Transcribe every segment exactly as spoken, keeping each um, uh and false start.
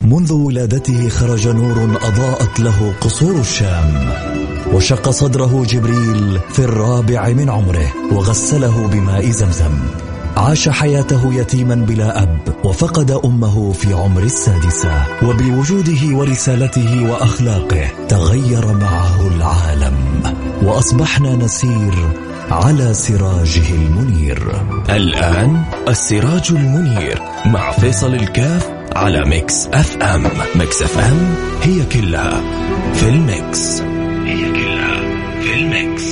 منذ ولادته خرج نور أضاءت له قصور الشام، وشق صدره جبريل في الرابع من عمره وغسله بماء زمزم. عاش حياته يتيما بلا أب، وفقد أمه في عمر السادسة، وبوجوده ورسالته وأخلاقه تغير معه العالم، وأصبحنا نسير على سراجه المنير. الآن السراج المنير مع فيصل الكاف على ميكس اف ام. ميكس اف ام هي كلها في الميكس، هي كلها في الميكس.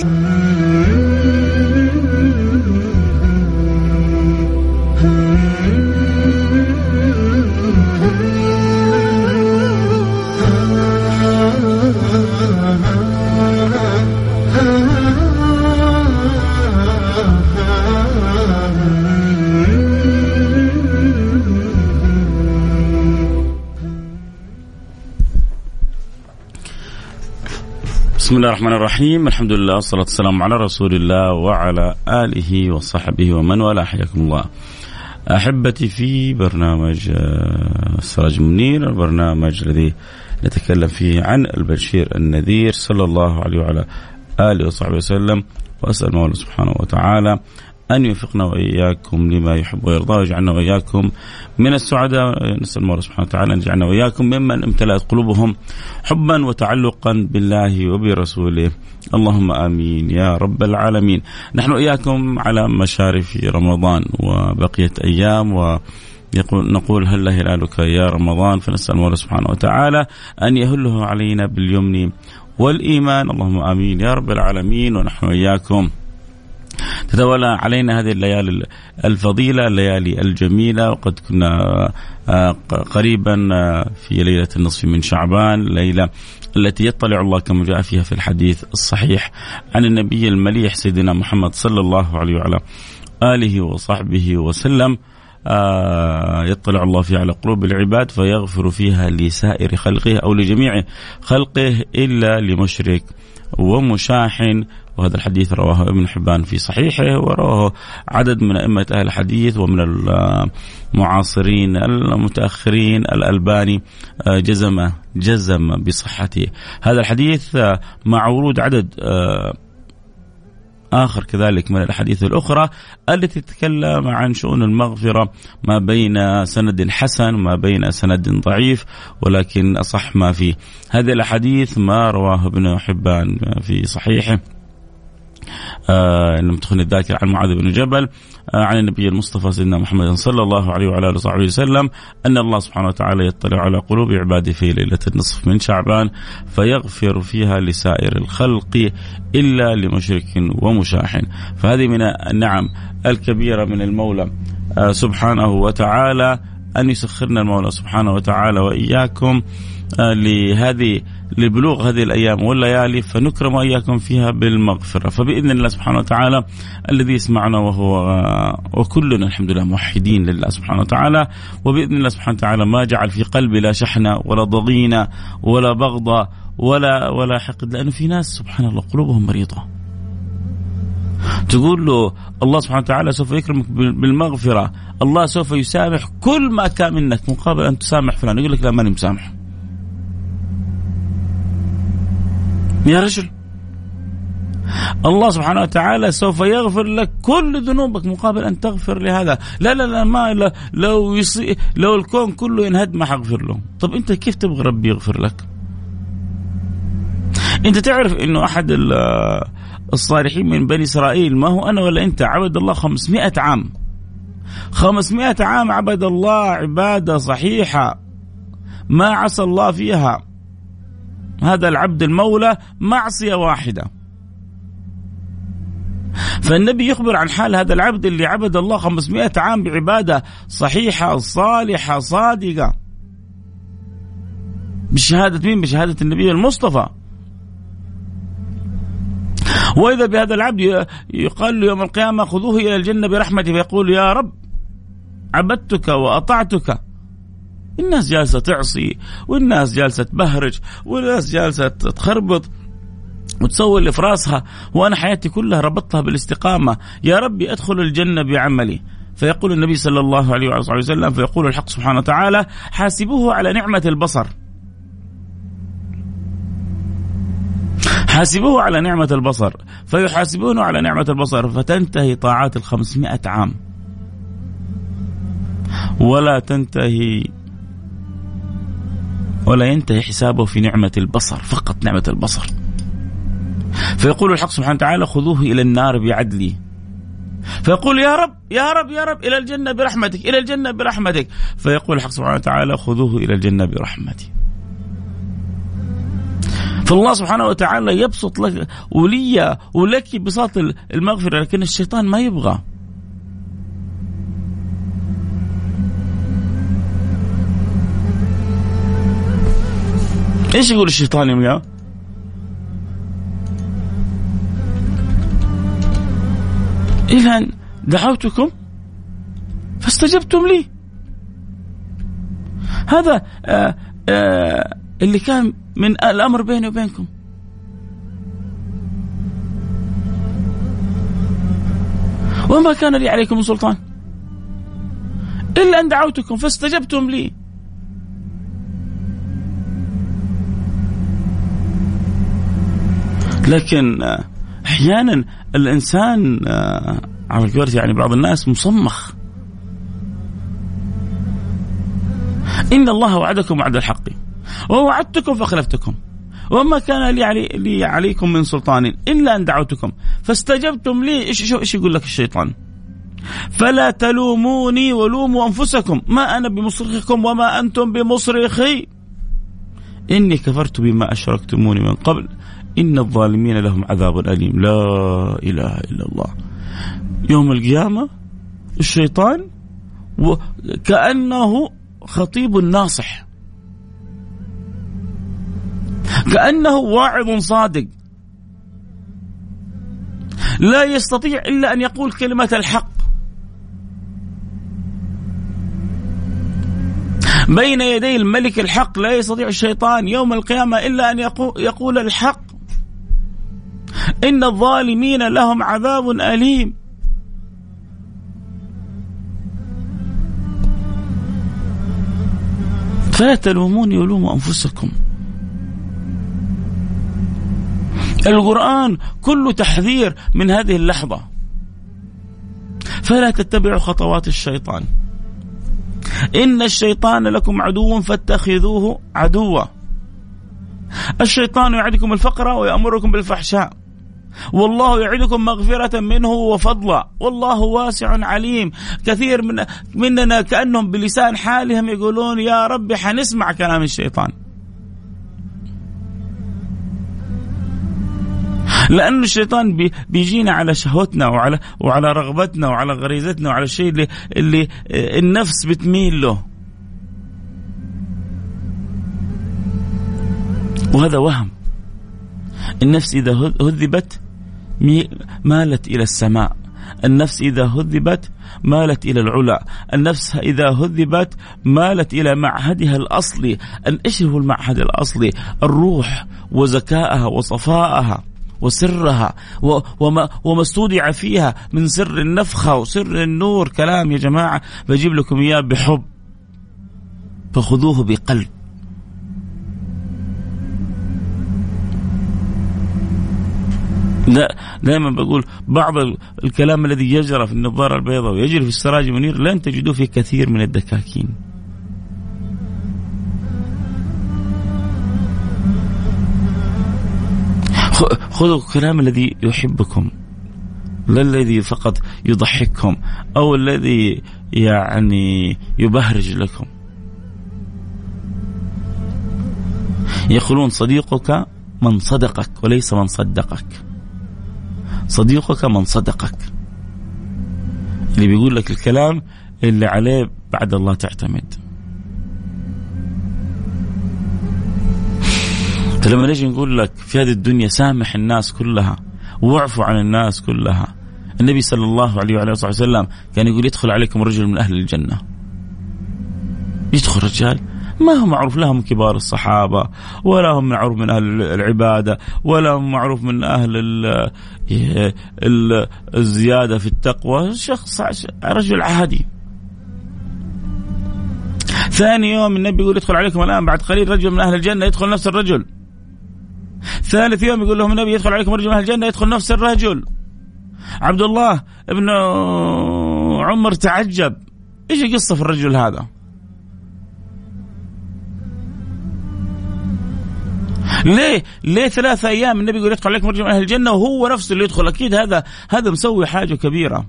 بسم الله الرحمن الرحيم. الحمد لله والصلاة والسلام على رسول الله وعلى آله وصحبه ومن والاه. حياكم الله أحبتي في برنامج السراج المنير، البرنامج الذي نتكلم فيه عن البشير النذير صلى الله عليه وعلى آله وصحبه وسلم. وأسأل الله سبحانه وتعالى أن يوفقنا وإياكم لما يحب ويرضى، ويجعلنا وإياكم من السعداء. نسأل الله سبحانه وتعالى أن يجعلنا وإياكم ممن امتلأت قلوبهم حبا وتعلقا بالله وبرسوله، اللهم آمين يا رب العالمين. نحن وإياكم على مشارف رمضان وبقية أيام، ويقول نقول هل هلالك يا رمضان، فنسأل الله سبحانه وتعالى أن يهله علينا باليمن والإيمان، اللهم آمين يا رب العالمين. ونحن وإياكم تتولى علينا هذه الليالي الفضيلة، الليالي الجميلة. وقد كنا قريبا في ليلة النصف من شعبان، ليلة التي يطلع الله كما جاء فيها في الحديث الصحيح عن النبي المليح سيدنا محمد صلى الله عليه وعلى آله وصحبه وسلم، يطلع الله فيها على قلوب العباد فيغفر فيها لسائر خلقه أو لجميع خلقه إلا لمشرك ومشاحن. وهذا الحديث رواه ابن حبان في صحيحه، ورواه عدد من أئمة أهل الحديث ومن المعاصرين المتأخرين. الألباني جزم جزم بصحته هذا الحديث مع ورود عدد آخر كذلك من الحديث الأخرى التي تتكلم عن شؤون المغفرة، ما بين سند حسن وما بين سند ضعيف، ولكن أصح ما فيه هذه الحديث ما رواه ابن حبان في صحيحه لم تخن الذاكرة عن معاذ بن جبل آه عن النبي المصطفى سيدنا محمد صلى الله عليه وعلى آله وصحبه وسلم أن الله سبحانه وتعالى يطلع على قلوب عباده في ليلة النصف من شعبان فيغفر فيها لسائر الخلق إلا لمشرك ومشاحن. فهذه من النعم الكبيرة من المولى آه سبحانه وتعالى، أن يسخرنا المولى سبحانه وتعالى وإياكم آه لهذه لبلوغ هذه الأيام والليالي، فنكرم وإياكم فيها بالمغفرة. فبإذن الله سبحانه وتعالى الذي يسمعنا وهو وكلنا الحمد لله موحدين لله سبحانه وتعالى، وبإذن الله سبحانه وتعالى ما جعل في قلبي لا شحنة ولا ضغينة ولا بغضة ولا ولا حقد، لأنه في ناس سبحان الله قلوبهم مريضة، تقول له الله سبحانه وتعالى سوف يكرمك بالمغفرة، الله سوف يسامح كل ما كان منك مقابل أن تسامح فلان، يقول لك لا ماني مسامح. يا رجل الله سبحانه وتعالى سوف يغفر لك كل ذنوبك مقابل أن تغفر لهذا. لا لا لا ما لا لو يصي لو الكون كله ينهد ما حغفر له. طب أنت كيف تبغى ربي يغفر لك؟ أنت تعرف إنه أحد الصالحين من بني إسرائيل، ما هو أنا ولا أنت، عبد الله خمسمائة عام خمسمائة عام عبد الله عبادة صحيحة ما عصى الله فيها. هذا العبد المولى معصية واحدة. فالنبي يخبر عن حال هذا العبد اللي عبد الله خمسمائة عام بعبادة صحيحة صالحة صادقة، بشهادة مين؟ بشهادة النبي المصطفى. وإذا بهذا العبد يقال له يوم القيامة خذوه إلى الجنة برحمتي، فيقول يا رب عبدتك وأطعتك. الناس جالسة تعصي، والناس جالسة تبهرج، والناس جالسة تخربط وتسوي اللي في راسها، وأنا حياتي كلها ربطتها بالاستقامة. يا ربي أدخل الجنة بعملي، فيقول النبي صلى الله عليه وسلم، فيقول الحق سبحانه وتعالى: حاسبوه على نعمة البصر، حاسبوه على نعمة البصر، فيحاسبونه على نعمة البصر، فتنتهي طاعات الخمسمائة عام ولا تنتهي ولا ينتهي حسابه في نعمة البصر، فقط نعمة البصر. فيقول الحق سبحانه وتعالى: خذوه إلى النار بعدلي. فيقول: يا رب يا رب يا رب، إلى الجنة برحمتك، إلى الجنة برحمتك. فيقول الحق سبحانه وتعالى: خذوه إلى الجنة برحمتي. فالله سبحانه وتعالى يبسط لك ولي ولك بساط المغفرة، لكن الشيطان ما يبغى. ايش يقول الشيطان يا إلى أن دعوتكم فاستجبتم لي. هذا آآ آآ اللي كان من الأمر بيني وبينكم. وما كان لي عليكم من سلطان إلا أن دعوتكم فاستجبتم لي. لكن أحيانا الإنسان على الكبر يعني بعض الناس مصمخ. إن الله وعدكم وعد الحق ووعدتكم فخلفتكم وما كان لي, علي لي عليكم من سلطان إلا أن دعوتكم فاستجبتم لي. إيش, إيش يقول لك الشيطان؟ فلا تلوموني ولوموا أنفسكم ما أنا بمصرخكم وما أنتم بمصرخي إني كفرت بما أشركتموني من قبل إن الظالمين لهم عذاب أليم. لا إله إلا الله. يوم القيامة الشيطان كأنه خطيب ناصح، كأنه واعظ صادق، لا يستطيع إلا أن يقول كلمة الحق بين يدي الملك الحق. لا يستطيع الشيطان يوم القيامة إلا أن يقول الحق. إن الظالمين لهم عذاب أليم. فلا تلوموني ولوموا أنفسكم. القرآن كله تحذير من هذه اللحظة. فلا تتبعوا خطوات الشيطان إن الشيطان لكم عدو فاتخذوه عدوا. الشيطان يعدكم الفقر ويأمركم بالفحشاء والله يعدكم مغفرة منه وفضلا والله واسع عليم. كثير من مننا كأنهم بلسان حالهم يقولون يا رب حنسمع كلام الشيطان، لأن الشيطان بيجينا على شهوتنا وعلى وعلى رغبتنا وعلى غريزتنا وعلى الشيء اللي, اللي النفس بتميل له، وهذا وهم. النفس إذا هذبت مالت إلى السماء، النفس إذا هذبت مالت إلى العلا، النفس إذا هذبت مالت إلى معهدها الأصلي. إيش هو المعهد الأصلي؟ الروح وزكائها وصفائها وسرها وما, وما استودع فيها من سر النفخة وسر النور. كلام يا جماعة بجيب لكم إياه بحب، فخذوه بقلب. لا دائما بقول بعض الكلام الذي يجرى في النظارة البيضاء ويجري في السراج المنير لن تجدوه في كثير من الدكاكين. خذوا الكلام الذي يحبكم، لا الذي فقط يضحككم أو الذي يعني يبهرج لكم. يقولون صديقك من صدقك وليس من صدقك. صديقك من صدقك، اللي بيقول لك الكلام اللي عليه بعد الله تعتمد. فلما نجي نقول لك في هذه الدنيا سامح الناس كلها واعفوا عن الناس كلها، النبي صلى الله عليه وعلى اله وسلم كان يقول يدخل عليكم رجل من أهل الجنة. يدخل رجال ما هم معروف لهم كبار الصحابة، ولا هم معروف من أهل العبادة، ولا هم معروف من أهل ال ال الزيادة في التقوى. شخص رجل عادي. ثاني يوم النبي يقول يدخل عليكم الآن بعد قليل رجل من أهل الجنة، يدخل نفس الرجل. ثالث يوم يقول لهم النبي يدخل عليكم رجل من أهل الجنة، يدخل نفس الرجل. عبد الله ابن عمر تعجب، إيش القصة في الرجل هذا؟ ليه ليه ثلاثة أيام النبي يقول يدخل عليكم رجل من أهل الجنة وهو نفسه اللي يدخل؟ أكيد هذا هذا مسوي حاجة كبيرة.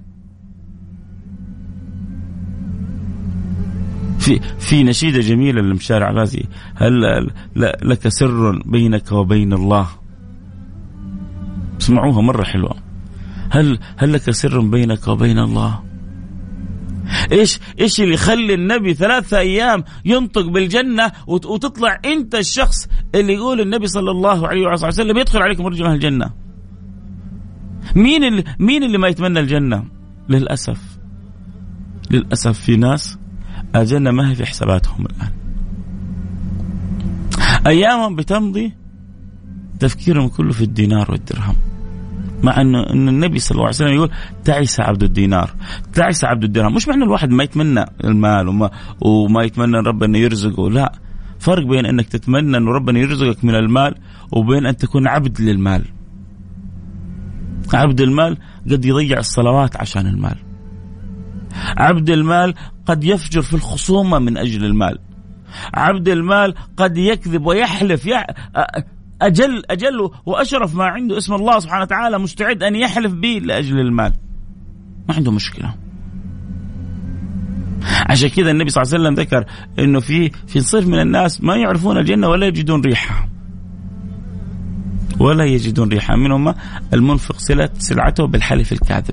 في في نشيدة جميلة للمشارع غازي، هل لك سر بينك وبين الله؟ اسمعوها مرة حلوة. هل هل لك سر بينك وبين الله؟ ايش ايش اللي يخلي النبي ثلاثة ايام ينطق بالجنة وتطلع انت الشخص اللي يقول النبي صلى الله عليه وسلم يدخل عليكم رجل من الجنة؟ مين اللي مين اللي ما يتمنى الجنة؟ للأسف للأسف في ناس الجنة ما هي في حساباتهم الآن. أيامهم بتمضي تفكيرهم كله في الدينار والدرهم، مع أنه أن النبي صلى الله عليه وسلم يقول تعس عبد الدينار تعس عبد الدرهم. مش معنى الواحد ما يتمنى المال وما, وما يتمنى ربنا يرزقه، لا، فرق بين أنك تتمنى أن ربنا يرزقك من المال وبين أن تكون عبد للمال. عبد المال قد يضيع الصلوات عشان المال. عبد المال قد يفجر في الخصومة من أجل المال. عبد المال قد يكذب ويحلف يح... أجل أجل وأشرف ما عنده اسم الله سبحانه وتعالى مستعد أن يحلف به لأجل المال، ما عنده مشكلة. عشان كذا النبي صلى الله عليه وسلم ذكر إنه في في صنف من الناس ما يعرفون الجنة ولا يجدون ريحها ولا يجدون ريحها. منهم المنفق سلعته بالحلف الكاذب.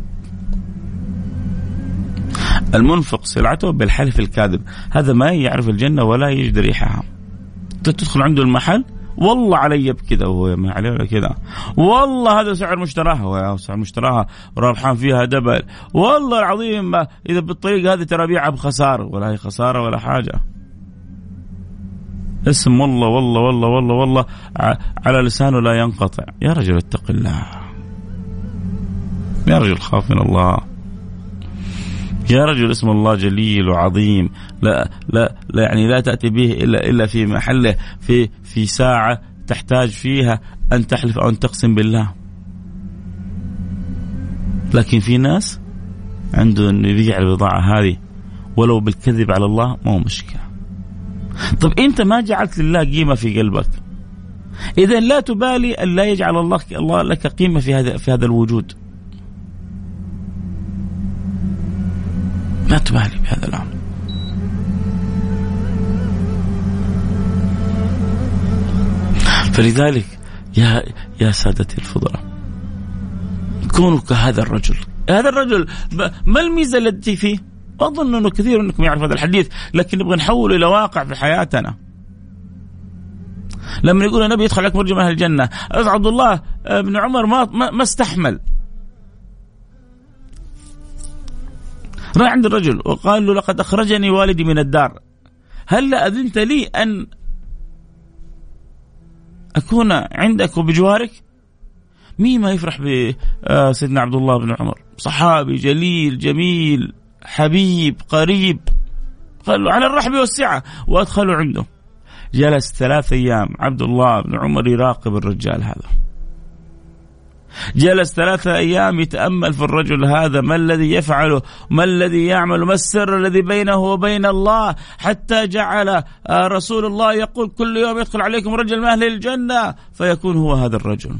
المنفق سلعته بالحلف الكاذب، هذا ما يعرف الجنة ولا يجد ريحها. تدخل عنده المحل، والله علي بكذا وهو ما عليه ولا كذا، والله هذا سعر مشتراها وهو سعر مشتراها ورابحان فيها دبل، والله العظيم إذا بالطريقة هذه ترى بيعها بخسارة، ولا هي خسارة ولا حاجة. اسم والله والله والله والله والله على لسانه لا ينقطع. يا رجل اتق الله، يا رجل خاف من الله، يا رجل اسم الله جليل وعظيم، لا لا لا يعني لا تأتي به إلا إلا في محله، في في ساعة تحتاج فيها أن تحلف أو أن تقسم بالله. لكن في ناس عنده أن يبيع البضاعة هذه ولو بالكذب على الله ما هو مشكلة. طب أنت ما جعلت لله قيمة في قلبك، إذن لا تبالي أن لا يجعل الله الله لك قيمة في هذا في هذا الوجود. لا تبالي بهذا الأمر. فلذلك يا يا سادتي الفضلاء، كونوا كهذا الرجل. هذا الرجل ما الميزة التي فيه؟ أظن أنه كثير منكم يعرف هذا الحديث، لكن نبغى نحوله إلى واقع في حياتنا. لما يقول النبي يدخل لك رجل من أهل الجنة، عبد الله بن عمر ما ما استحمل، راح عند الرجل وقال له لقد أخرجني والدي من الدار، هل أذنت لي أن أكون عندك وبجوارك؟ مين ما يفرح بسيدنا عبد الله بن عمر، صحابي جليل جميل حبيب قريب. قال له على الرحب والسعة، وأدخلوا عنده. جلس ثلاث أيام عبد الله بن عمر يراقب الرجال هذا، جلس ثلاثة أيام يتأمل في الرجل هذا، ما الذي يفعله، ما الذي يعمل، ما السر الذي بينه وبين الله، حتى جعل رسول الله يقول كل يوم يدخل عليكم رجل من أهل الجنة، فيكون هو هذا الرجل.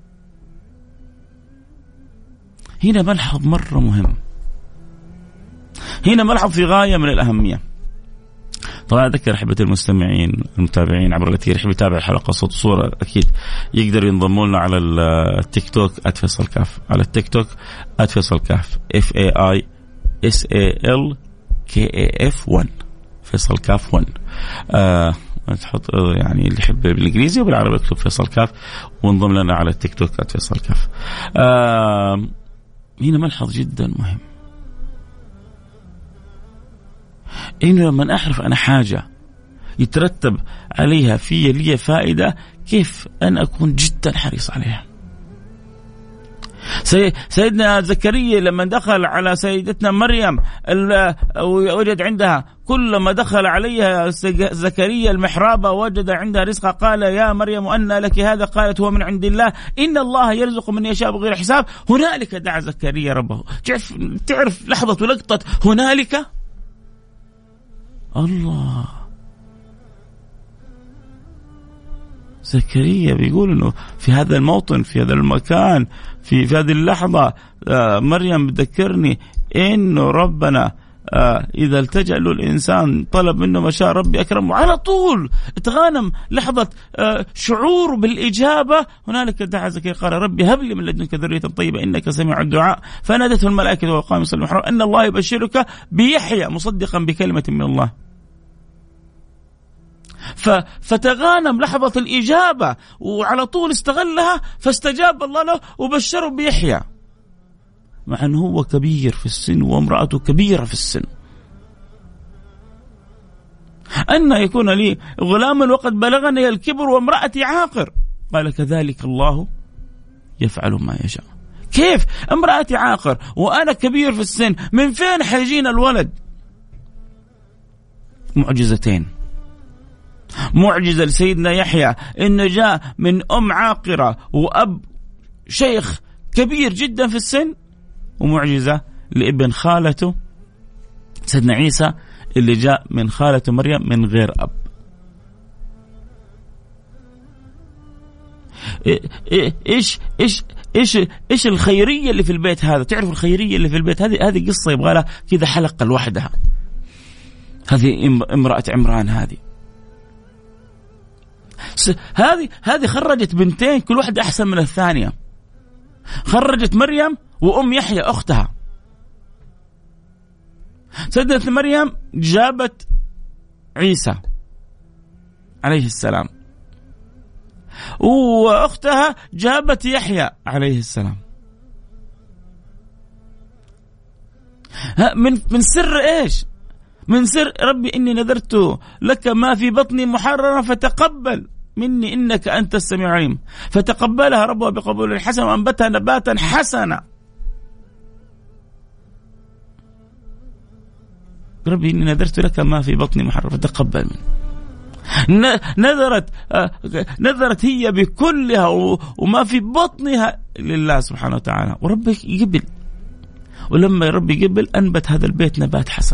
هنا ملحظ مرة مهم، هنا ملحظ في غاية من الأهمية. طبعا أذكر أحبتي المستمعين المتابعين عبر الأثير، يحب يتابع الحلقة صوت وصورة أكيد يقدر ينضموا لنا على التيك توك @فيصل كاف، على التيك توك @فيصل كاف F A I S A L K A F one فيصل كاف one. آه تحط يعني اللي يحب بالإنجليزي وبالعربي يكتب فيصل كاف وانضم لنا على التيك توك @فيصل كاف. آه هنا ملحظ جدا مهم، إنه لما أعرف أنا حاجة يترتب عليها في لي فائدة، كيف أن أكون جدا حريص عليها. سيدنا زكريا لما دخل على سيدتنا مريم وجد عندها، كلما دخل عليها زكريا المحراب وجد عندها رزقا قال يا مريم أن لك هذا؟ قالت هو من عند الله إن الله يرزق من يشاء بغير حساب. هنالك دعا زكريا ربه. تعرف, تعرف لحظة ولقطة هنالك الله. زكريا بيقول إنه في هذا الموطن، في هذا المكان، في, في هذه اللحظة آه مريم بتذكرني إنه ربنا آه إذا التجأ له الإنسان طلب منه ما شاء ربي أكرمه. على طول اتغانم لحظة آه شعور بالإجابة. هنالك دعا زكريا قال ربي هب لي من لدنك ذرية طيبة إنك سميع الدعاء. فنادته الملائكة وهو قائم يصلي المحراب إن الله يبشرك بيحيى مصدقا بكلمة من الله. فتغانم لحظة الإجابة وعلى طول استغلها، فاستجاب الله له وبشره بيحيى، مع أنه هو كبير في السن وامرأته كبيرة في السن. أن يكون لي غلام وقد بلغني الكبر وامرأتي عاقر؟ قال كذلك الله يفعل ما يشاء. كيف امرأتي عاقر وأنا كبير في السن؟ من فين حيجينا الولد؟ معجزتين. معجزة لسيدنا يحيى إنه جاء من أم عاقرة وأب شيخ كبير جدا في السن، ومعجزة لابن خالته سيدنا عيسى اللي جاء من خالته مريم من غير أب. إيش إيش إيش إيش الخيرية اللي في البيت هذا؟ تعرف الخيرية اللي في البيت هذه؟ هذه قصة يبغى لها كذا حلقة لوحدها. هذه امرأة عمران، هذه هذه هذه خرجت بنتين كل واحدة أحسن من الثانية. خرجت مريم وأم يحيى أختها. سيدة مريم جابت عيسى عليه السلام، وأختها جابت يحيى عليه السلام. من من سر إيش؟ من سر ربي إني نذرت لك ما في بطني محررا فتقبل مني إنك أنت السميع العليم. فتقبلها ربها بقبول حسن وأنبتها نباتا حسنا. ربي إني نذرت لك ما في بطني محررا فتقبل مني. نذرت نذرت هي بكلها وما في بطنها لله سبحانه وتعالى، وربي يقبل. ولما ربي يقبل أنبت هذا البيت نبات حسن.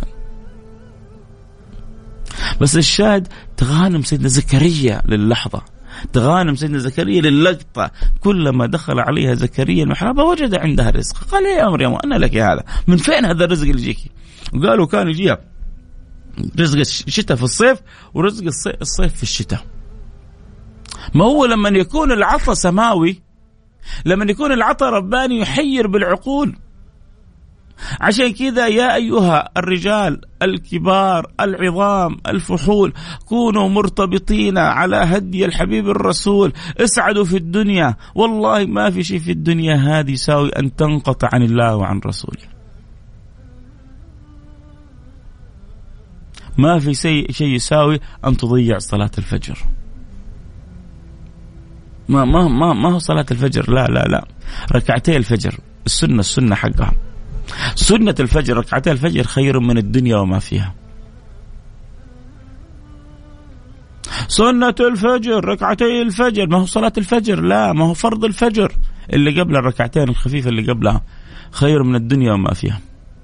بس الشاهد تغانم سيدنا زكريا للحظة، تغانم سيدنا زكريا للقطة. كلما دخل عليها زكريا المحراب وجد عندها رزق قال يا مريم أنا لك هذا؟ من فين هذا الرزق اللي يجيك؟ وقالوا كان يجيها رزق الشتاء في الصيف ورزق الصيف في الشتاء. ما هو لما يكون العطاء سماوي، لما يكون العطاء رباني يحير بالعقول. عشان كذا يا أيها الرجال الكبار العظام الفحول كونوا مرتبطين على هدي الحبيب الرسول، اسعدوا في الدنيا. والله ما في شيء في الدنيا هذه يساوي أن تنقطع عن الله وعن رسوله. ما في شيء يساوي أن تضيع صلاة الفجر. ما ما ما ما هو صلاة الفجر، لا لا لا ركعتي الفجر السنة السنة حقها. سنة الفجر ركعتي الفجر خير من الدنيا وما فيها. سنة الفجر ركعتي الفجر، ما هو صلاة الفجر، لا ما هو فرض الفجر اللي قبل الركعتين الخفيفة اللي قبلها خير من الدنيا وما فيها.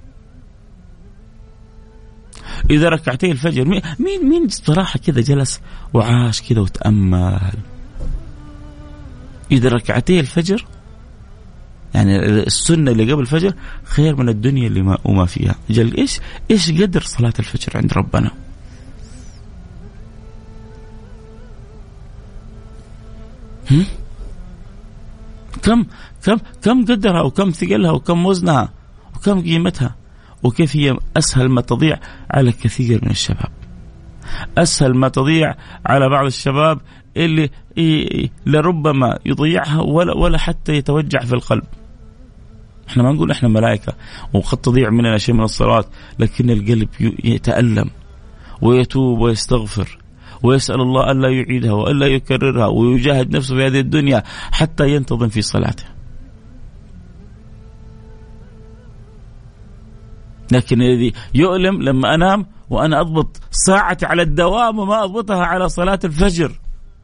إذا ركعتي الفجر مين مين صراحة كذا جلس وعاش كذا وتأمل؟ إذا ركعتي الفجر يعني السنة اللي قبل الفجر خير من الدنيا اللي ما وما فيها. جل إيش إيش قدر صلاة الفجر عند ربنا؟ هم؟ كم كم كم قدرها وكم ثقلها وكم وزنها وكم قيمتها، وكيف هي أسهل ما تضيع على كثير من الشباب. أسهل ما تضيع على بعض الشباب اللي لربما يضيعها ولا ولا حتى يتوجع في القلب. احنا ما نقول احنا ملائكة وقد تضيع مننا شيء من الصلوات، لكن القلب يتألم ويتوب ويستغفر ويسأل الله ألا يعيدها وألا يكررها، ويجاهد نفسه في هذه الدنيا حتى ينتظم في صلاته. لكن الذي يؤلم لما أنام وأنا أضبط ساعتي على الدوام وما أضبطها على صلاة الفجر.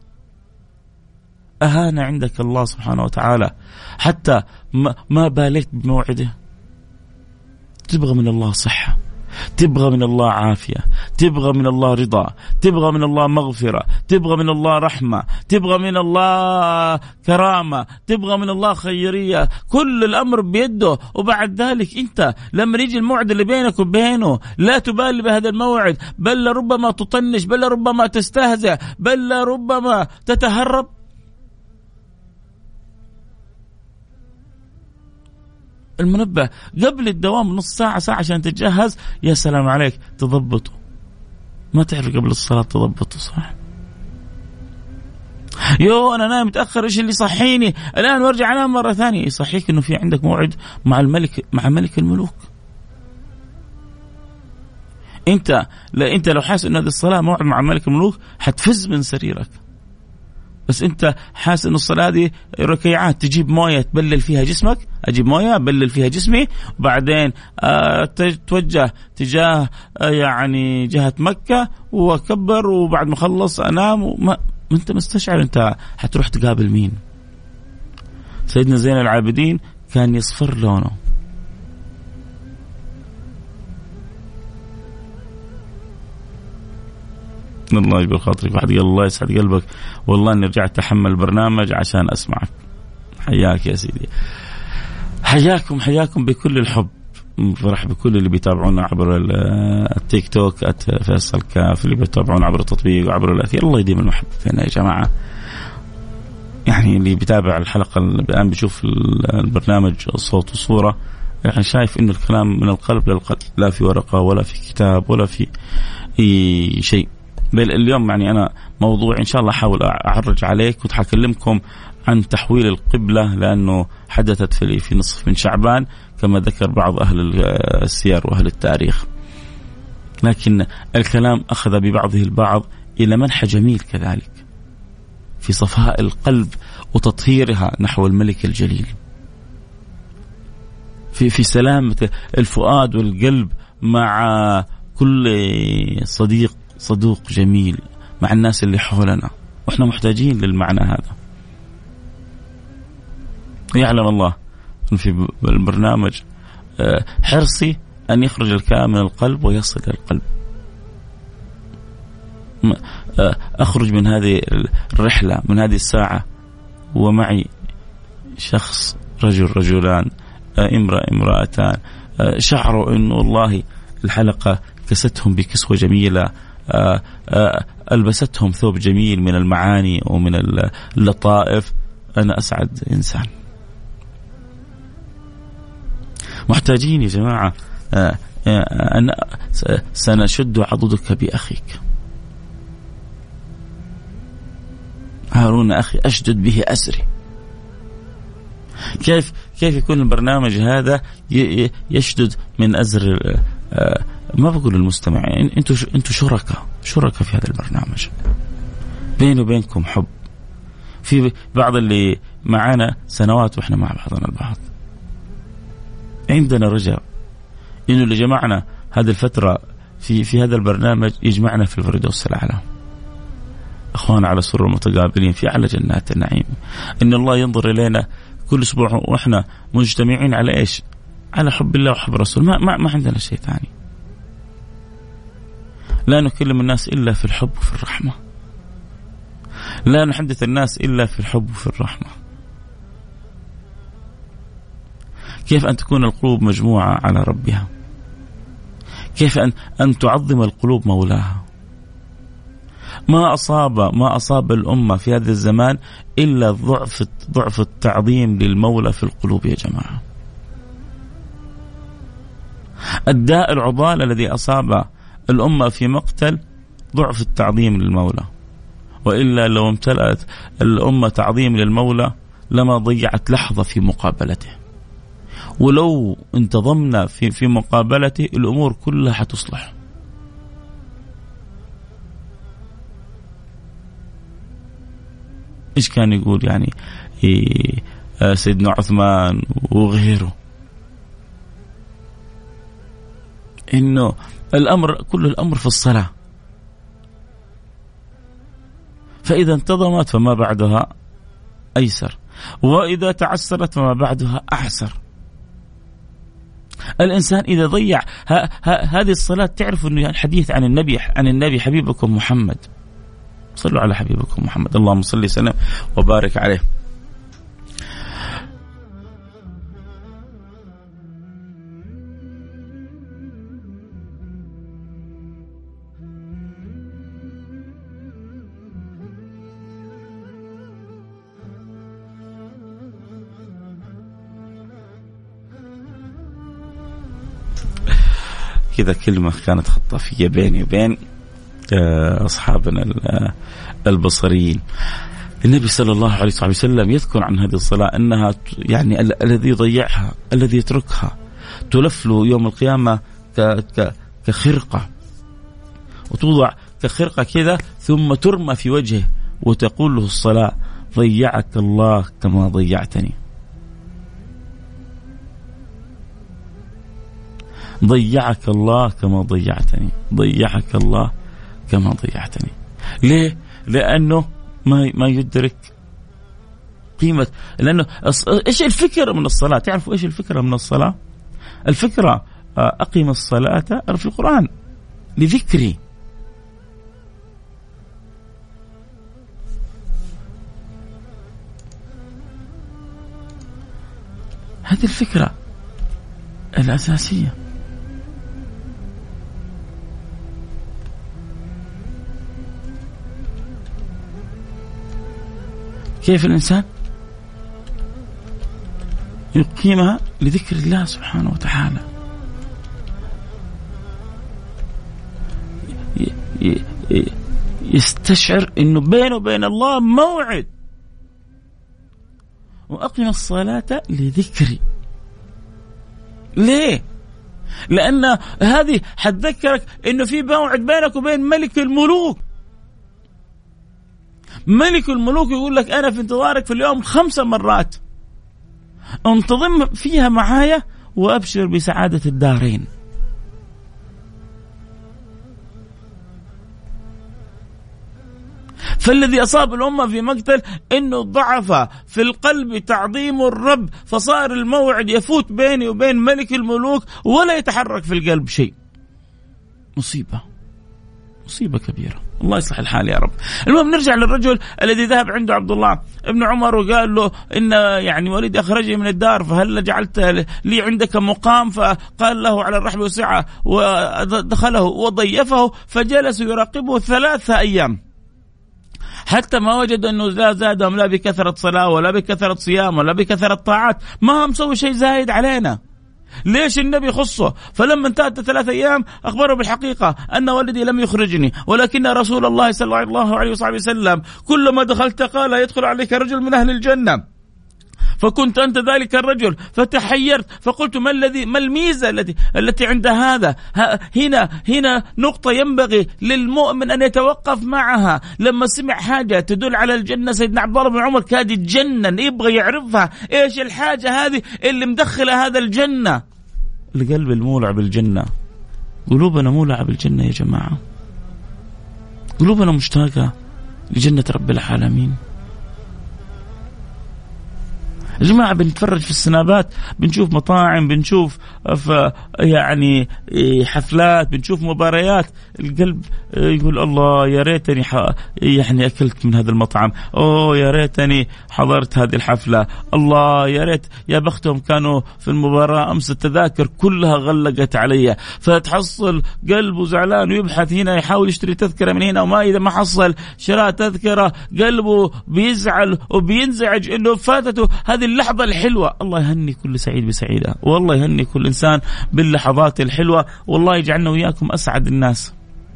أهان عندك الله سبحانه وتعالى حتى ما باليت بموعده. تبغى من الله صحة، تبغى من الله عافية، تبغى من الله رضا، تبغى من الله مغفرة، تبغى من الله رحمة، تبغى من الله كرامة، تبغى من الله خيرية. كل الأمر بيده. وبعد ذلك أنت لما يجي الموعد اللي بينك وبينه لا تبالي بهذا الموعد، بل ربما تطنش، بل ربما تستهزئ، بل ربما تتهرب. المنبه قبل الدوام نص ساعة ساعة عشان تتجهز، يا سلام عليك تضبطه. ما تعرف قبل الصلاة تضبطه صح؟ يو أنا نايم متأخر، إيش اللي صحيني الآن وارجع أنام مرة ثانية؟ يصحيك إنه في عندك موعد مع الملك، مع ملك الملوك. أنت لا أنت لو حاسس إن هذه الصلاة موعد مع ملك الملوك حتفز من سريرك، بس أنت حاسس إن الصلاة دي ركيعات، تجيب موية تبلل فيها جسمك، أجيب موية أبلل فيها جسمي، وبعدين آه تتوجه تجاه آه يعني جهة مكة وأكبر، وبعد ما خلص أنام. وما أنت مستشعر أنت حتروح تقابل مين. سيدنا زين العابدين كان يصفر لونه. الله يجبر خاطرك. واحد قال الله يسعد قلبك والله اني رجعت احمل البرنامج عشان اسمعك. حياك يا سيدي، حياكم حياكم بكل الحب. فرح بكل اللي بيتابعونا عبر التيك توك @فيصل كاف، اللي بيتابعونا عبر التطبيق وعبر الاثير. الله يديم المحبه فينا يا جماعه. يعني اللي بيتابع الحلقه الان بيشوف البرنامج صوت وصوره، يعني شايف انه الكلام من القلب للقلب، لا في ورقه ولا في كتاب ولا في اي شيء. بل اليوم يعني أنا موضوع إن شاء الله أحاول أعرج عليك، كنت حكلمكم عن تحويل القبلة لأنه حدثت في في نصف من شعبان كما ذكر بعض أهل السير وأهل التاريخ، لكن الكلام أخذ ببعضه البعض إلى منحى جميل كذلك في صفاء القلب وتطهيرها نحو الملك الجليل، في في سلامة الفؤاد والقلب مع كل صديق صدوق جميل، مع الناس اللي حولنا، وإحنا محتاجين للمعنى هذا. يعلم الله في البرنامج حرصي أن يخرج الكلام من القلب ويصل إلى القلب. أخرج من هذه الرحلة، من هذه الساعة، ومعي شخص، رجل رجلان، امرأة امرأتان، شعروا أنه والله الحلقة كستهم بكسوة جميلة، ألبستهم ثوب جميل من المعاني ومن اللطائف. أنا أسعد إنسان. محتاجين يا جماعة أن سنشد عضدك بأخيك. هارون أخي أشدد به أسري. كيف كيف يكون البرنامج هذا يشدد من أزر؟ ما بقول المستمعين، انتوا انتوا شركاء شركاء في هذا البرنامج، بيني وبينكم حب. في بعض اللي معانا سنوات واحنا مع بعضنا البعض. عندنا رجاء انه اللي جمعنا هذه الفترة في في هذا البرنامج يجمعنا في الفردوس الأعلى، اخوان على سرر متقابلين في اعلى جنات النعيم. ان الله ينظر الينا كل اسبوع واحنا مجتمعين على ايش؟ على حب الله وحب الرسول. ما ما, ما عندنا شيء ثاني. لا نكلم الناس إلا في الحب وفي الرحمة، لا نحدث الناس إلا في الحب وفي الرحمة. كيف أن تكون القلوب مجموعة على ربها؟ كيف أن أن تعظم القلوب مولاها؟ ما أصاب ما أصاب الأمة في هذا الزمان إلا ضعف ضعف التعظيم للمولى في القلوب يا جماعة. الداء العضال الذي أصاب الأمة في مقتل ضعف التعظيم للمولى، وإلا لو امتلأت الأمة تعظيم للمولى لما ضيعت لحظة في مقابلته، ولو انتظمنا في في مقابلته الأمور كلها حتصلح. إيش كان يقول يعني إيه سيدنا عثمان وغيره؟ إنه الأمر كل الأمر في الصلاة، فإذا انتظمت فما بعدها أيسر، وإذا تعسرت فما بعدها أعسر. الإنسان إذا ضيع ها ها هذه الصلاة، تعرف أنه الحديث عن النبي عن النبي حبيبكم محمد، صلوا على حبيبكم محمد، اللهم صل وسلم وبارك عليه. كذا كلمة كانت خطافية بيني وبين أصحابنا البصريين. النبي صلى الله عليه وسلم يذكر عن هذه الصلاة أنها يعني الذي يضيعها، الذي يتركها، تلف له يوم القيامة كخرقة، وتوضع كخرقة كذا ثم ترمى في وجهه وتقول له الصلاة: ضيعك الله كما ضيعتني، ضيعك الله كما ضيعتني، ضيعك الله كما ضيعتني. ليه؟ لأنه ما ما يدرك قيمة، لأنه إيش الفكرة من الصلاة؟ تعرفوا إيش الفكرة من الصلاة؟ الفكرة أقيم الصلاة في القرآن لذكري. هذه الفكرة الأساسية. كيف الإنسان يقيمها لذكر الله سبحانه وتعالى، يستشعر إنه بينه وبين الله موعد. وأقيم الصلاة لذكري. ليه؟ لأن هذه حتذكرك إنه في موعد بينك وبين ملك الملوك. ملك الملوك يقول لك أنا في انتظارك في اليوم خمس مرات، انتظم فيها معايا وأبشر بسعادة الدارين. فالذي أصاب الأمة في مقتل إنه ضعف في القلب تعظيم الرب، فصار الموعد يفوت بيني وبين ملك الملوك ولا يتحرك في القلب شيء. مصيبة، مصيبة كبيرة. الله يصلح الحال يا رب. المهم نرجع للرجل الذي ذهب عنده عبد الله ابن عمر وقال له إن يعني ولدي أخرجني من الدار، فهل جعلت لي عندك مقام؟ فقال له على الرحب والسعة، ودخله وضيفه، فجلس يراقبه ثلاثة أيام حتى ما وجد أنه لا زادهم لا بكثرة صلاة ولا بكثرة صيام ولا بكثرة طاعات، ما هم مسوي شيء زايد علينا. ليش النبي خصه؟ فلما انتهت ثلاثة أيام أخبره بالحقيقة أن ولدي لم يخرجني، ولكن رسول الله صلى الله عليه وسلم كلما دخلت قال يدخل عليك رجل من أهل الجنة، فكنت أنت ذلك الرجل، فتحيرت فقلت ما الذي ما الميزة التي التي عند هذا؟ هنا هنا نقطة ينبغي للمؤمن أن يتوقف معها. لما سمع حاجة تدل على الجنة سيدنا عبد الله بن عمر كاد يتجنن، يبغى يعرفها إيش الحاجة هذه اللي مدخلة هذا الجنة. القلب المولع بالجنة، قلوبنا مولعة بالجنة يا جماعة، قلوبنا مشتاقة لجنة رب العالمين. يا جماعة بنتفرج في السنابات، بنشوف مطاعم، بنشوف يعني حفلات، بنشوف مباريات، القلب يقول الله يا ريتني يعني أكلت من هذا المطعم، أوه يا ريتني حضرت هذه الحفلة، الله يا ريت يا بختهم كانوا في المباراة أمس، التذاكر كلها غلقت علي. فتحصل قلبه زعلان ويبحث هنا، يحاول يشتري تذكرة من هنا، وما إذا ما حصل شراء تذكرة قلبه بيزعل وبينزعج إنه فاتته هذه اللحظة الحلوة. الله يهني كل سعيد بسعيدة، والله يهني كل إنسان باللحظات الحلوة، والله يجعلنا وياكم أسعد الناس.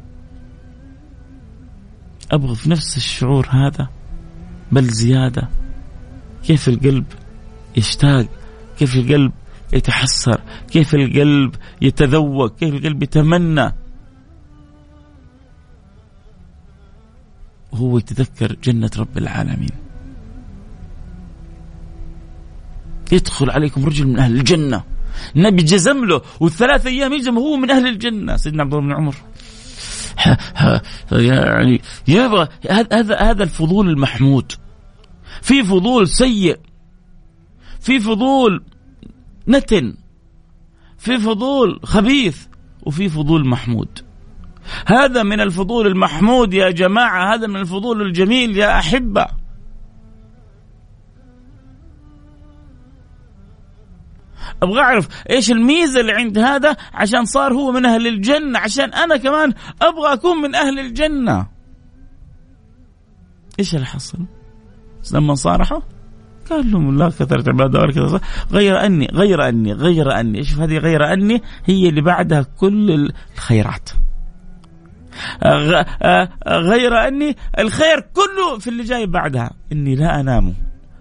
أبغى في نفس الشعور هذا بل زيادة. كيف القلب يشتاق، كيف القلب يتحسر، كيف القلب يتذوق، كيف القلب يتمنى هو يتذكر جنة رب العالمين. يدخل عليكم رجل من أهل الجنة، النبي جزم له والثلاث أيام يجزم هو من أهل الجنة. سيدنا عبد الله بن عمر يعني يبغى هذا هذا الفضول المحمود. في فضول سيء، في فضول نتن، في فضول خبيث، وفي فضول محمود. هذا من الفضول المحمود يا جماعة، هذا من الفضول الجميل يا أحبة. أبغى أعرف إيش الميزة اللي عند هذا عشان صار هو من أهل الجنة، عشان أنا كمان أبغى أكون من أهل الجنة. إيش اللي حصل لما صارحوا؟ قال لهم لا كثرت عبادة ولا كثرت غير أني غير أني غير أني شوف هذه غير أني هي اللي بعدها كل الخيرات. غير أني الخير كله في اللي جاي بعدها، إني لا أنام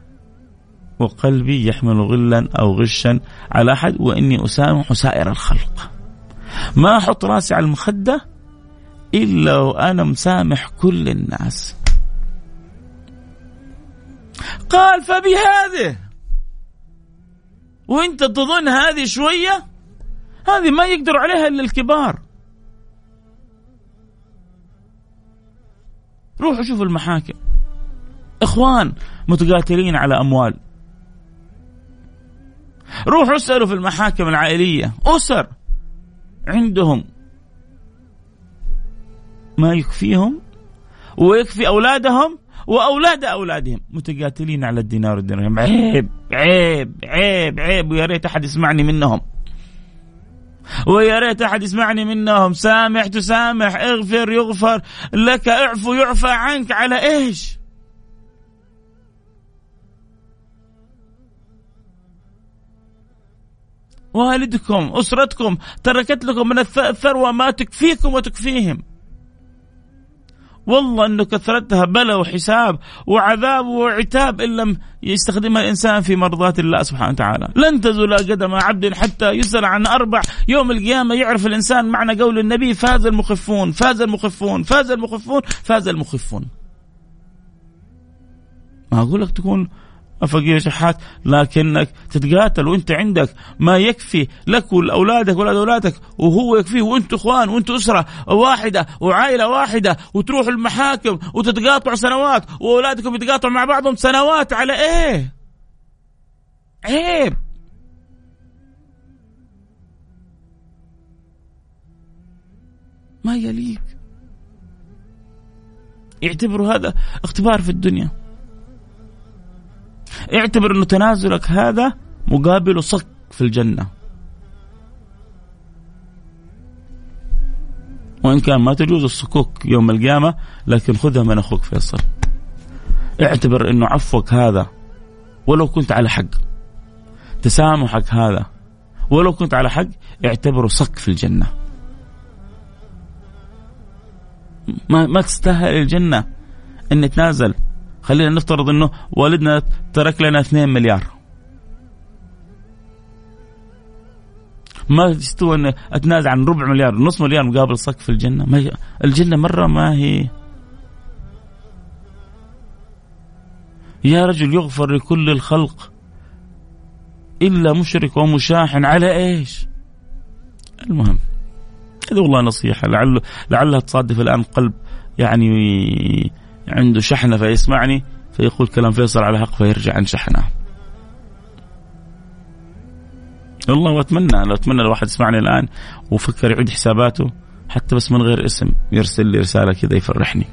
وقلبي يحمل غلا أو غشا على أحد، وإني أسامح سائر الخلق. ما أحط راسي على المخدة إلا وأنا مسامح كل الناس. قال فبهذه، وانت تظن هذه شوية؟ هذه ما يقدر عليها إلا الكبار. روحوا شوفوا المحاكم، إخوان متقاتلين على أموال. روحوا اسألوا في المحاكم العائلية، أسر عندهم ما يكفيهم ويكفي أولادهم وأولاد أولادهم، متقاتلين على الدينار والدرهم. عيب عيب عيب عيب، ويا ريت أحد يسمعني منهم، ويا ريت أحد يسمعني منهم. سامح تسامح، اغفر يغفر لك، اعفو يعفى عنك. على إيش؟ والدكم أسرتكم تركت لكم من الثروة ما تكفيكم وتكفيهم. والله أنه كثرتها بلا وحساب وعذاب وعتاب إن لم يستخدمها الإنسان في مرضات الله سبحانه وتعالى. لن تزول قدم عبد حتى يسأل عن أربع يوم القيامة. يعرف الإنسان معنى قول النبي: فاز المخفون فاز المخفون فاز المخفون فاز المخفون. ما أقول لك تكون فقير شحات، لكنك تتقاتل وانت عندك ما يكفي لك ولأولادك ولاد أولادك، وهو يكفيه، وانتوا اخوان وانتوا أسرة واحدة وعائلة واحدة، وتروح المحاكم وتتقاطعوا سنوات، وأولادكم يتقاطعوا مع بعضهم سنوات. على ايه؟ عيب. ما يليق. اعتبروا هذا اختبار في الدنيا، اعتبر أنه تنازلك هذا مقابل صك في الجنة، وإن كان ما تجوز الصكوك يوم القيامة، لكن خذها من أخوك فيصل. اعتبر أنه عفوك هذا ولو كنت على حق، تسامحك هذا ولو كنت على حق، اعتبره صك في الجنة. ما, ما تستاهل الجنة أن نتنازل. خلينا نفترض أنه والدنا ترك لنا اثنين مليار، ما يستوى أن أتنازل عن ربع مليار نص مليار مقابل صك في الجنة. ما هي الجنة مرة ما هي. يا رجل يغفر لكل الخلق إلا مشرك ومشاحن. على إيش؟ المهم هذا والله نصيحة، لعله لعلها تصادف الآن قلب يعني عنده شحنة فيسمعني فيقول كلام فيصل على حق فيرجع عن شحنه. والله وأتمنى لو أتمنى الواحد يسمعني الآن وفكر يعيد حساباته حتى بس من غير اسم، يرسل لي رسالة كذا يفرحني.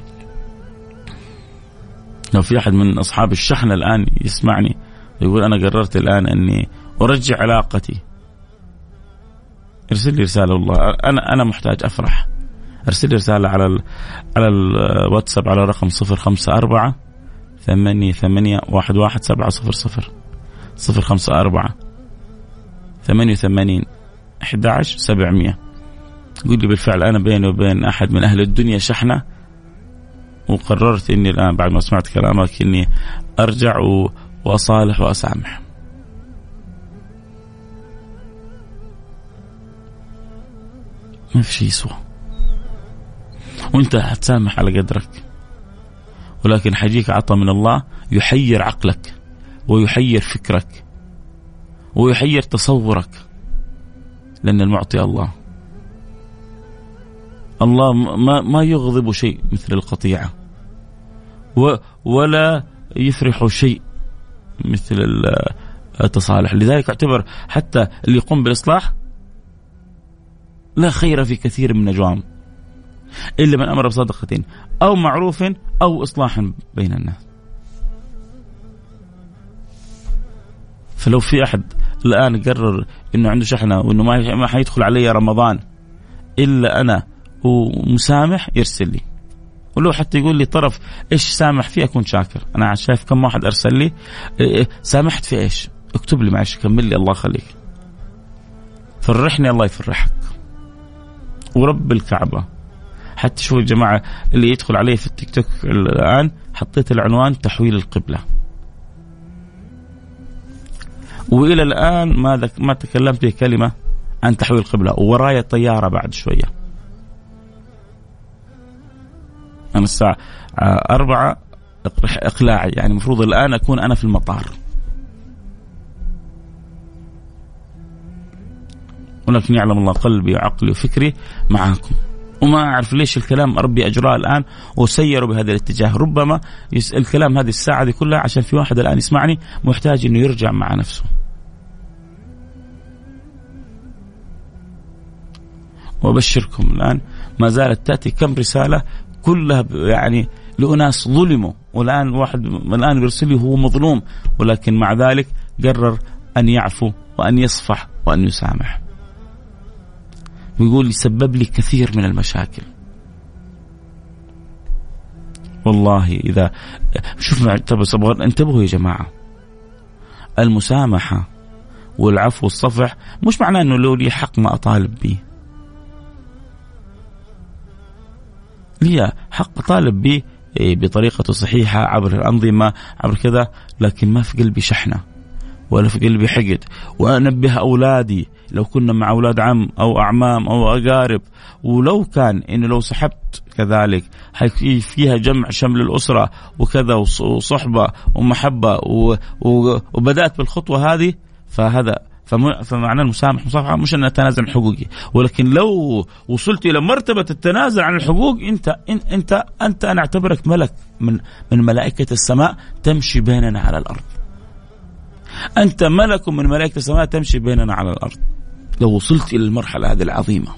لو في أحد من أصحاب الشحنة الآن يسمعني يقول أنا قررت الآن أني أرجع علاقتي، ارسل لي رسالة. والله أنا أنا محتاج أفرح. ارسل لي رسالة على ال على الواتساب على رقم صفر خمسة أربعة ثمانية ثمانية واحد واحد سبعة صفر صفر صفر خمسة أربعة ثمانية ثمانين أحد عشر سبعمية. قل لي بالفعل أنا بيني وبين أحد من أهل الدنيا شحنة، وقررت إني الآن بعد ما سمعت كلامك إني أرجع وأصالح وأسامح. ما في شيء يسوى، وانت هتسامح على قدرك، ولكن حيجيك عطاء من الله يحير عقلك ويحير فكرك ويحير تصورك، لأن المعطي الله. الله ما ما يغضب شيء مثل القطيعة، ولا يفرح شيء مثل التصالح. لذلك اعتبر حتى اللي يقوم بالإصلاح لا خير في كثير من نجوام إلا من أمر بصدقة أو معروف أو إصلاح بين الناس. فلو في أحد الآن قرر إنه عنده شحنة وإنه ما ما حيدخل علي رمضان إلا أنا ومسامح، يرسل لي. ولو حتى يقول لي طرف إيش سامح فيه أكون شاكر. أنا شايف كم واحد أرسل لي سامحت في إيش، اكتب لي معلش كمل لي الله يخليك، فرحني الله يفرحك. ورب الكعبة حتى شوفوا يا جماعة اللي يدخل عليه في التيك توك الآن، حطيت العنوان تحويل القبلة، وإلى الآن ما ذك ما تكلمت كلمة عن تحويل القبلة، وورايا طيارة بعد شوية. أنا الساعة أربعة إقلاعي، يعني مفروض الآن أكون أنا في المطار، ولكن يعلم الله قلبي وعقلي وفكري معاكم، وما أعرف ليش الكلام ربي أجراه الآن وسيروا بهذا الاتجاه. ربما يسأل الكلام هذه الساعة دي كلها عشان في واحد الآن يسمعني محتاج إنه يرجع مع نفسه. وأبشركم الآن ما زالت تأتي كم رسالة كلها يعني لأناس ظلموا، والآن واحد الآن يرسل لي هو مظلوم، ولكن مع ذلك قرر أن يعفو وأن يصفح وأن يسامح. ويقول يسبب لي كثير من المشاكل. والله إذا شوفنا انتبهوا يا جماعة، المسامحة والعفو والصفح مش معناه أنه لو لي حق ما أطالب به، لي حق أطالب به بطريقة صحيحة عبر الأنظمة عبر كذا، لكن ما في قلبي شحنة ولا في قلبي حقد. وأنبه أولادي لو كنا مع أولاد عم أو أعمام أو أقارب، ولو كان إنه لو سحبت كذلك فيها جمع شمل الأسرة وكذا وصحبة ومحبة وبدأت بالخطوة هذه، فهذا فمعنى المسامح مصافحة مش أن أتنازل عن حقوقي. ولكن لو وصلت إلى مرتبة التنازل عن الحقوق، أنت أنت أنت أنا أعتبرك ملك من من ملائكة السماء تمشي بيننا على الأرض. أنت ملك من ملائكة السماء تمشي بيننا على الأرض لو وصلت إلى المرحلة هذه العظيمة.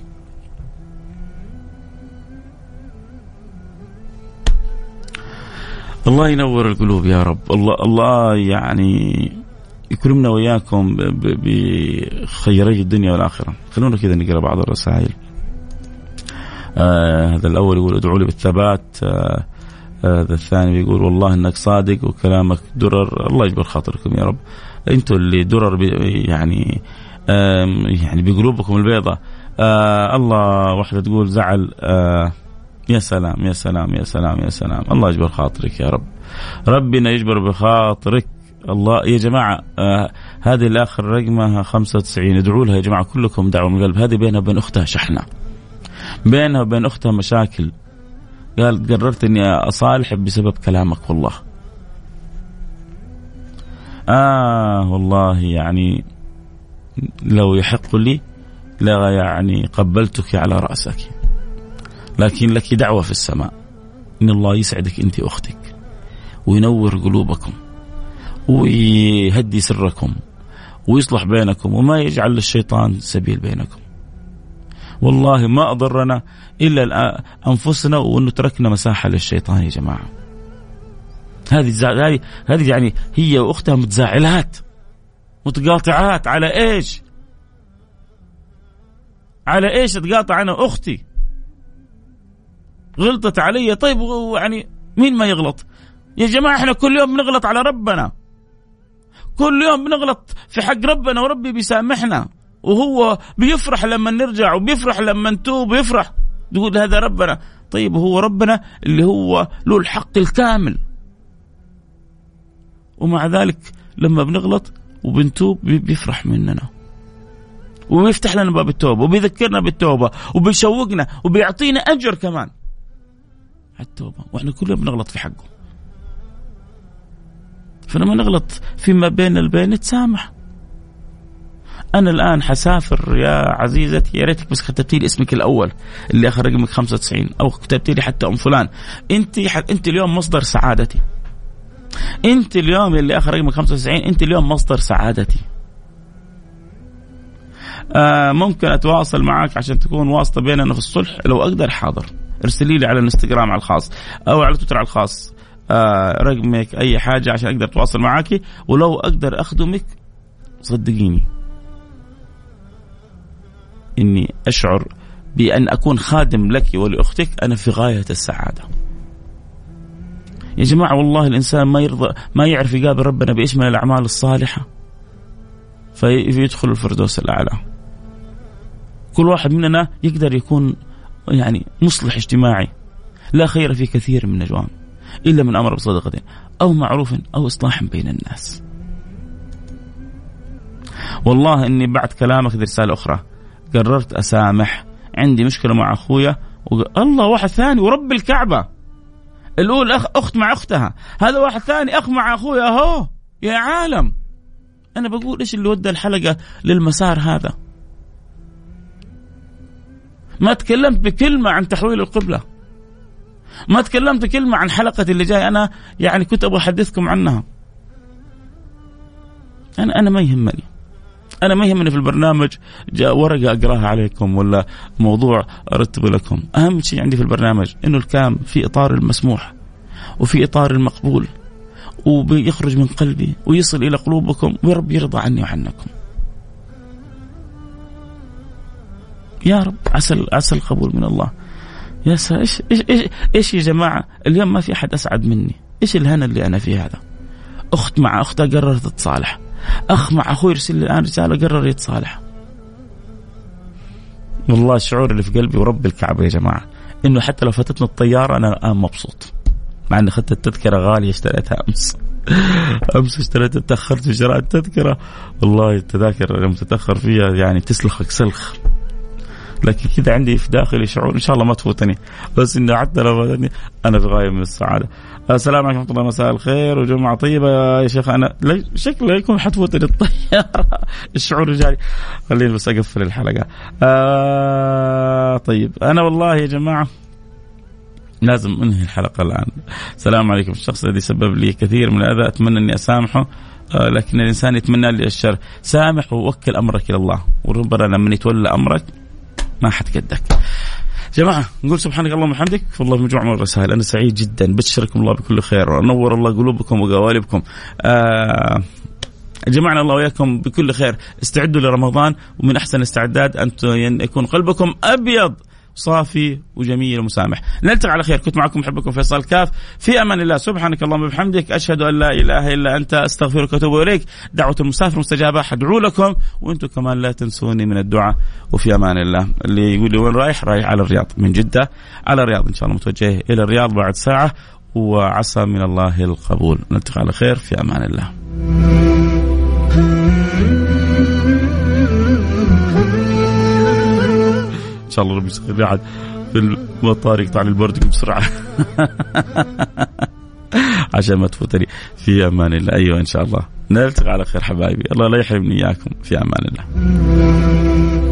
الله ينور القلوب يا رب. الله الله يعني يكرمنا وياكم بخيري الدنيا والآخرة. خلونا كذا نقرأ بعض الرسائل. آه هذا الأول يقول ادعوا لي بالثبات. آه هذا الثاني بيقول والله انك صادق وكلامك درر. الله يجبر خاطركم يا رب. انتوا اللي درر يعني يعني بقلوبكم البيضة. آه الله. واحدة تقول زعل. آه يا سلام يا سلام يا سلام يا سلام. الله يجبر خاطرك يا رب. ربنا يجبر بخاطرك. الله يا جماعة. آه هذه الآخر رقمها خمسة وتسعين. ادعوا لها يا جماعة كلكم دعوة من القلب. هذه بينها وبين أختها شحنة، بينها وبين أختها مشاكل. قال قررت اني اصالح بسبب كلامك. والله آه والله يعني لو يحق لي لا يعني قبلتك على رأسك، لكن لك دعوة في السماء ان الله يسعدك انت اختك وينور قلوبكم ويهدي سركم ويصلح بينكم وما يجعل الشيطان سبيل بينكم. والله ما أضرنا إلا أنفسنا وأنه تركنا مساحة للشيطان يا جماعة. هذه هذه هذه يعني هي وأختها متزاعلات متقاطعات. على إيش؟ على إيش تقاطع أنا أختي؟ غلطت علي. طيب يعني مين ما يغلط يا جماعة؟ إحنا كل يوم بنغلط على ربنا، كل يوم بنغلط في حق ربنا، وربي بيسامحنا وهو بيفرح لما نرجع وبيفرح لما نتوب ويفرح. تقول هذا ربنا. طيب هو ربنا اللي هو له الحق الكامل، ومع ذلك لما بنغلط وبنتوب بيفرح مننا وبيفتح لنا باب التوبة وبيذكرنا بالتوبة وبيشوقنا وبيعطينا أجر كمان على التوبة، وإحنا كلنا بنغلط في حقه. فلما نغلط فيما بين البين نتسامح أنا الآن حسافر يا عزيزتي، يا ريتك بس كتبتي لي اسمك الأول اللي آخر رقمك خمسة وتسعين، أو كتبتي لي حتى أم فلان. أنت أنت اليوم مصدر سعادتي. أنت اليوم اللي آخر رقمك خمسة وتسعين أنت اليوم مصدر سعادتي. آه ممكن أتواصل معك عشان تكون واسطة بيننا في الصلح، لو أقدر حاضر. ارسلي لي على الانستغرام على الخاص أو على تويتر على الخاص آه رقمك أي حاجة عشان أقدر أتواصل معاكي، ولو أقدر أخدمك صدقيني إني أشعر بأن أكون خادم لك ولأختك أنا في غاية السعادة. يا جماعة والله الإنسان ما يرضى ما يعرف يقابل ربنا بإيش من الأعمال الصالحة فيدخل الفردوس الأعلى. كل واحد مننا يقدر يكون يعني مصلح اجتماعي، لا خير في كثير من نجوام إلا من أمر بصدقة أو معروف أو إصلاح بين الناس. والله إني بعد كلامك دي رسالة أخرى قررت أسامح. عندي مشكلة مع أخويا وق... الله واحد ثاني ورب الكعبة، الأول أخ أخت مع أختها، هذا واحد ثاني أخ مع أخويا. أهو يا عالم، أنا بقول إيش اللي ودى الحلقة للمسار هذا؟ ما تكلمت بكلمة عن تحويل القبلة، ما تكلمت بكلمة عن حلقة اللي جاي أنا يعني كنت أبغى أحدثكم عنها. أنا أنا ما يهمني أنا ما يهمني في البرنامج جاء ورقة أقراها عليكم ولا موضوع أرتب لكم. أهم شيء عندي في البرنامج إنه الكلام في إطار المسموح وفي إطار المقبول وبيخرج من قلبي ويصل إلى قلوبكم، ويرب يرضى عني وعنكم يا رب. عسى عسى القبول من الله. يا سا إيش إيش إيش إيش يا جماعة، اليوم ما في أحد أسعد مني. إيش الهنا اللي أنا فيه هذا؟ أخت مع أختها قررت تتصالح، أخ مع أخوي يرسل لي الآن رسالة قرر يتصالح. والله الشعور اللي في قلبي ورب الكعبة يا جماعة إنه حتى لو فاتتنا الطيارة أنا الآن مبسوط، مع أن أخذت التذكرة غالية اشتريتها أمس أمس اشتريتها تأخرت في شراء التذكرة. والله التذاكر لما تتأخر فيها يعني تسلخك سلخ، لكن كذا عندي في داخلي شعور إن شاء الله ما تفوتني، بس إنه حتى لو فاتتني أنا في غاية من السعادة. السلام عليكم ورحمة الله، مساء الخير وجمعة طيبة يا شيخ. أنا شكله يكون حتفوتني الطيارة الشعور جاري. خليني بس أقفل الحلقة. آه طيب أنا والله يا جماعة لازم أنهي الحلقة الآن. السلام عليكم. الشخص الذي سبب لي كثير من الأذى أتمنى أني أسامحه، آه لكن الإنسان يتمنى لي الشر. سامح ووكل أمرك إلى الله، وربنا لما يتولى أمرك ما حد قدك. جماعة نقول سبحانك اللهم وبحمدك. والله مجموعة من الرسائل أنا سعيد جدا، بشركم الله بكل خير ونور الله قلوبكم وقوالبكم. آه جمعنا الله وياكم بكل خير. استعدوا لرمضان، ومن أحسن الاستعداد أن يكون قلبكم أبيض صافي وجميل ومسامح. نلتقي على خير. كنت معكم محبكم فيصل كاف، في أمان الله. سبحانك اللهم وبحمدك، أشهد أن لا إله إلا أنت، أستغفرك وأتوب إليك. دعوة المسافر مستجابة، حدعو لكم وأنتم كمان لا تنسوني من الدعاء. وفي أمان الله. اللي يقول لي وين رايح؟ رايح على الرياض، من جدة على الرياض إن شاء الله، متوجه إلى الرياض بعد ساعة، وعسى من الله القبول. نلتقي على خير، في أمان الله. إن شاء الله ربي يسخر قاعد في المطار يقطع لي البرد بسرعة عشان ما تفوتني. في أمان الله. أيوة إن شاء الله نلتقي على خير حبايبي. الله لا يحرمني إياكم. في أمان الله.